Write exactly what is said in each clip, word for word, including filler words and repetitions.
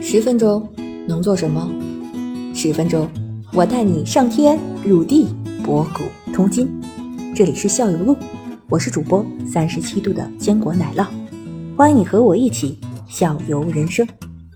十分钟能做什么？十分钟，我带你上天入地，博古通今。这里是校友录，我是主播三十七度的坚果奶酪，欢迎你和我一起校游人生。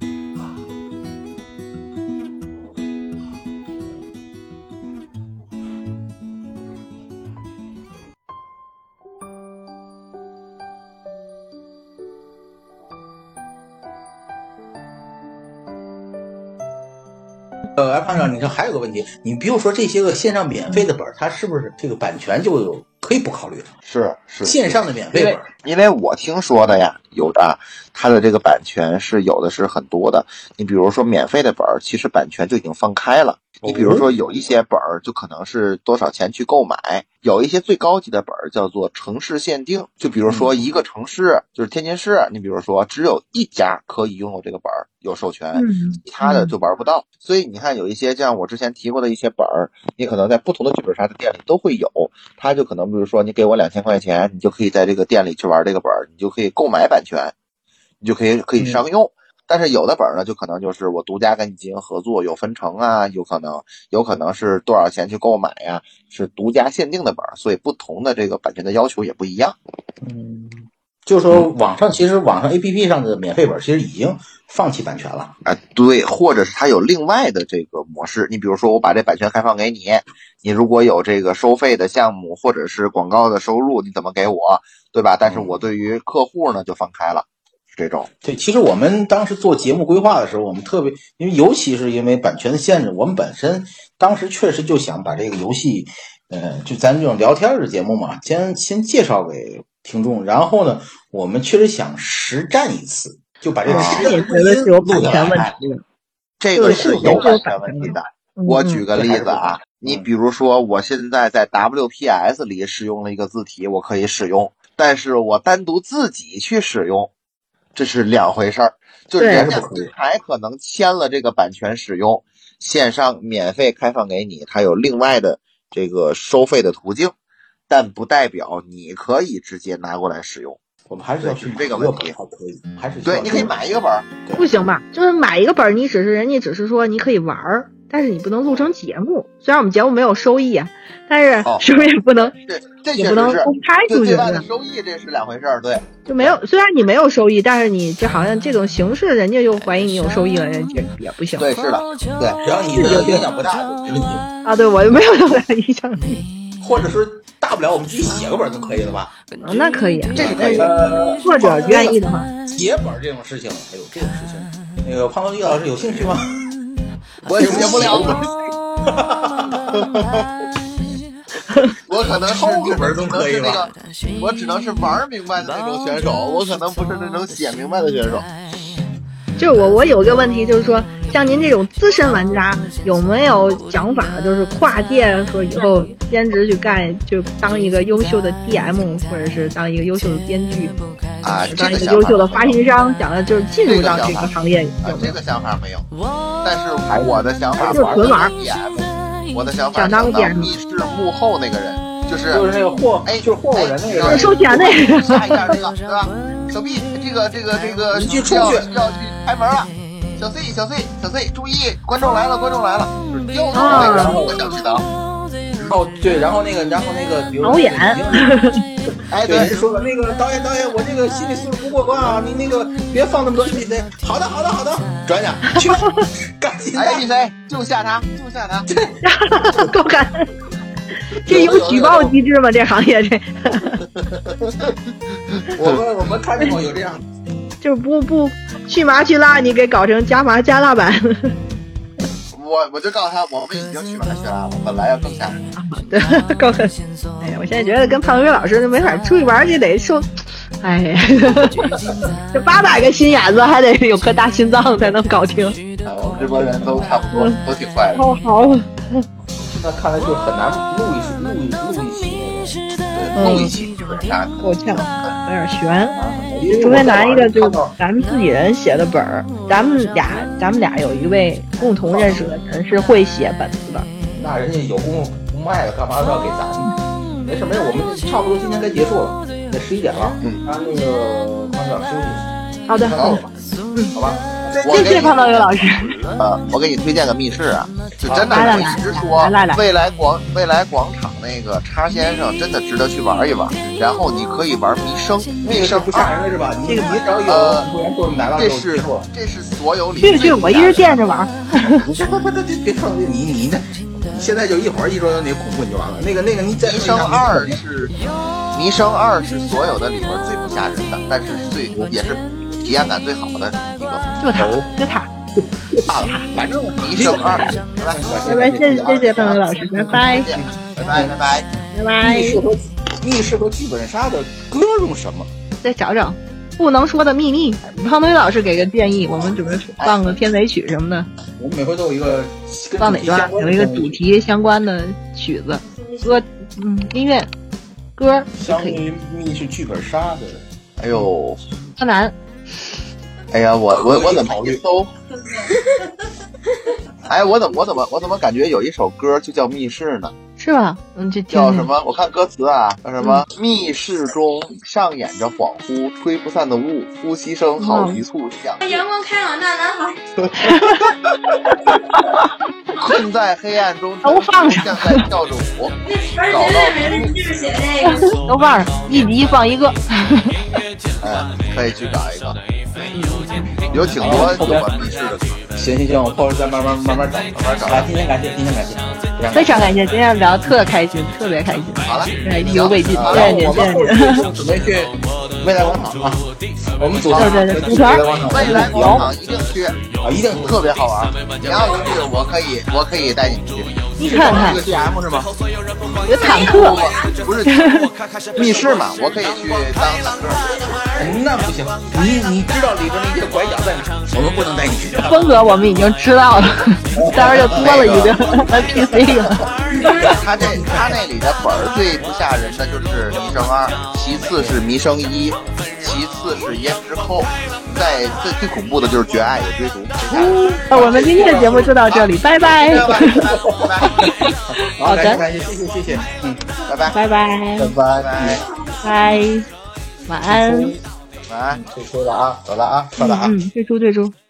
呃，潘长，你看还有个问题，你比如说这些个线上免费的本，它是不是这个版权就有可以不考虑了？ 是是线上的免费本， 因为我听说的呀，有的它的这个版权是有的是很多的。你比如说免费的本，其实版权就已经放开了。你比如说有一些本就可能是多少钱去购买，有一些最高级的本叫做城市限定，就比如说一个城市，就是天津市，你比如说只有一家可以拥有这个本有授权，其他的就玩不到。所以你看有一些像我之前提过的一些本，你可能在不同的剧本杀的店里都会有，它就可能比如说你给我两千块钱，你就可以在这个店里去玩这个本，你就可以购买版权，你就可以可以商用。嗯，但是有的本呢，就可能就是我独家跟你进行合作，有分成啊，有可能有可能是多少钱去购买呀，是独家限定的本，所以不同的这个版权的要求也不一样。 嗯，就是说网上其实网上 A P P 上的免费本其实已经放弃版权了啊，对，或者是它有另外的这个模式。你比如说我把这版权开放给你，你如果有这个收费的项目或者是广告的收入，你怎么给我，对吧？但是我对于客户呢就放开了。这种对，其实我们当时做节目规划的时候，我们特别，因为尤其是因为版权的限制，我们本身当时确实就想把这个游戏，呃，就咱这种聊天的节目嘛，先先介绍给听众，然后呢，我们确实想实战一次，就把这个实战录下来。 这个是有版权问题的。我举个例子啊，你比如说我现在在 W P S 里使用了一个字体，我可以使用，但是我单独自己去使用，这是两回事儿，就是人家还可能签了这个版权使用，线上免费开放给你，它有另外的这个收费的途径，但不代表你可以直接拿过来使用。 我们还是要去这个问题， 还可以，还是对，你可以买一个本， 不行吧？就是买一个本，你只是人家只是说你可以玩，但是你不能录成节目。虽然我们节目没有收益啊，但是是不是也不能， 对，这也不能公开出去。 对外的收益这是两回事儿，对， 就没有。虽然你没有收益，但是你这好像这种形式，人家就怀疑你有收益了，人家也不行。 对，是的，对， 只要你的影响不大就没问题啊。对，我没有那么大影响力， 或者是大不了我们自己写个本就可以了吧？ 哦，那可以， 这是可以的。作者愿意的话， 写本这种事情，还有这种事情，那个胖头鱼老师有兴趣吗？ 我也写不了。我可能是抄个本都可以吧？ 我只能是玩明白的那种选手，我可能不是那种写明白的选手。 就我我有个问题，就是说，像您这种资深玩家，有没有想法，就是跨界说以后兼职去干，就当一个优秀的 D M， 或者是当一个优秀的编剧啊， 当一个优秀的发行商，想的就是进入到这个行业。 啊，这个想法没有，但是我的想法就是纯玩 D M， 我的想法想当 D M， 你是幕后那个人。就是就是那个货， 哎， 就是货物人那个人， 收钱那个， 下一下这个，对吧？小 B， 这个这个这个， 你去出去要去开门了。小 C， 小 C， 小 C， 注意，观众来了，观众来了，又是那个，然后我想知道。 哦，对，然后那个，然后那个，比如导演， 哎， 对，人说了，那个导演，导演，我这个心理素质不过关啊，你那个别放那么多 N P C。好的，好的，好的，转眼去，赶紧的 N P C 就下他，就下他， 够干。这有举报机制吗？这行业这， 我们我们看见过有这样， 就不不去麻去辣，你给搞成加麻加辣版。 我我就告诉他，我们已经去麻去辣了，本来要更吓人。 对，够狠。哎呀，我现在觉得跟胖哥老师没法出去玩，就得受，哎呀，这八百个心眼子，还得有颗大心脏才能搞定。 啊，我们这波人都差不多，嗯、都挺坏的。 好好。 那看来就很难录一录一录一期那个，录一期剧本杀够呛，有点悬。除非拿一个就是咱们自己人写的本儿，咱们俩咱们俩有一位共同认识的人是会写本子的。 那人家有功夫不卖了，干嘛要给咱们？没事没事，我们差不多今天该结束了，也十一点了。嗯，他那个康长休息。 好的， 好吧，嗯，好吧。 谢谢胖豆油老师。 呃，我给你推荐个密室啊，就真的我来来来一直说来来来未来广未来广场那个叉先生真的值得去玩一玩。然后你可以玩弥生，弥生不吓人的是吧？你你只要有呃会员做奶酪这是这是所有里去去，我一直惦着玩。 不不不，别别说你你这，你现在就一会儿一说那恐怖你就完了。那个那个你再弥生二是弥生二是所有的里边最不吓人的，但是最也是体验感最好的一个。 就他，就他。 好了，反正弥生二，拜拜， 拜拜，谢谢谢谢胖豆老师，拜拜， 拜拜拜拜拜拜。 密室和密室和剧本杀的歌用什么？ 再找找不能说的秘密。胖豆老师给个建议，我们准备放个片尾曲什么的。 我们每回都有一个放哪段？有一个主题相关的曲子，歌，嗯，音乐，歌相对于密室剧本杀的。 哎呦， 柯南。 哎呀，我我我怎么一搜？哎，我怎么我怎么我怎么感觉有一首歌就叫密室呢？ 是吧？嗯，这叫什么？我看歌词啊，叫什么？嗯、密室中上演着恍惚、吹不散的雾，呼吸声好局促响。 阳光开朗大男孩。 困在黑暗中， 都放上， 像在跳着舞。 而且这没人就是写这个。 都放上，一集放一个。 哎，可以去搞一个。有挺多有关密室的。 行行行，我后边再慢慢慢慢找，慢慢找。啊，今天感谢，今天感谢， 非常感谢，今天聊特开心，特别开心。 好了， 意犹未尽，谢谢您，谢谢您。 准备去未来广场啊，我们组对对对，组团。 未来广场一定去啊，一定特别好玩。你要去，我可以，我可以带你去。 你看看， 这个 D M 是吗？ 有坦克， 不是密室嘛？我可以去当坦克。 那不行，你你知道里边那些拐角在哪？我们不能带你去。 风格我们已经知道了，待会儿就多了一个 N P C 了。 他这他那里的本儿最不吓人的就是弥生二，其次是弥生一，其次是胭脂扣，在最最恐怖的就是绝爱也追逐。 嗯，我们今天的节目就到这里，拜拜。 好的，感谢谢谢谢谢，嗯， 拜拜拜拜拜拜拜拜，晚安， 晚安， 退出了啊，走了啊，走了啊， 嗯，退出退出。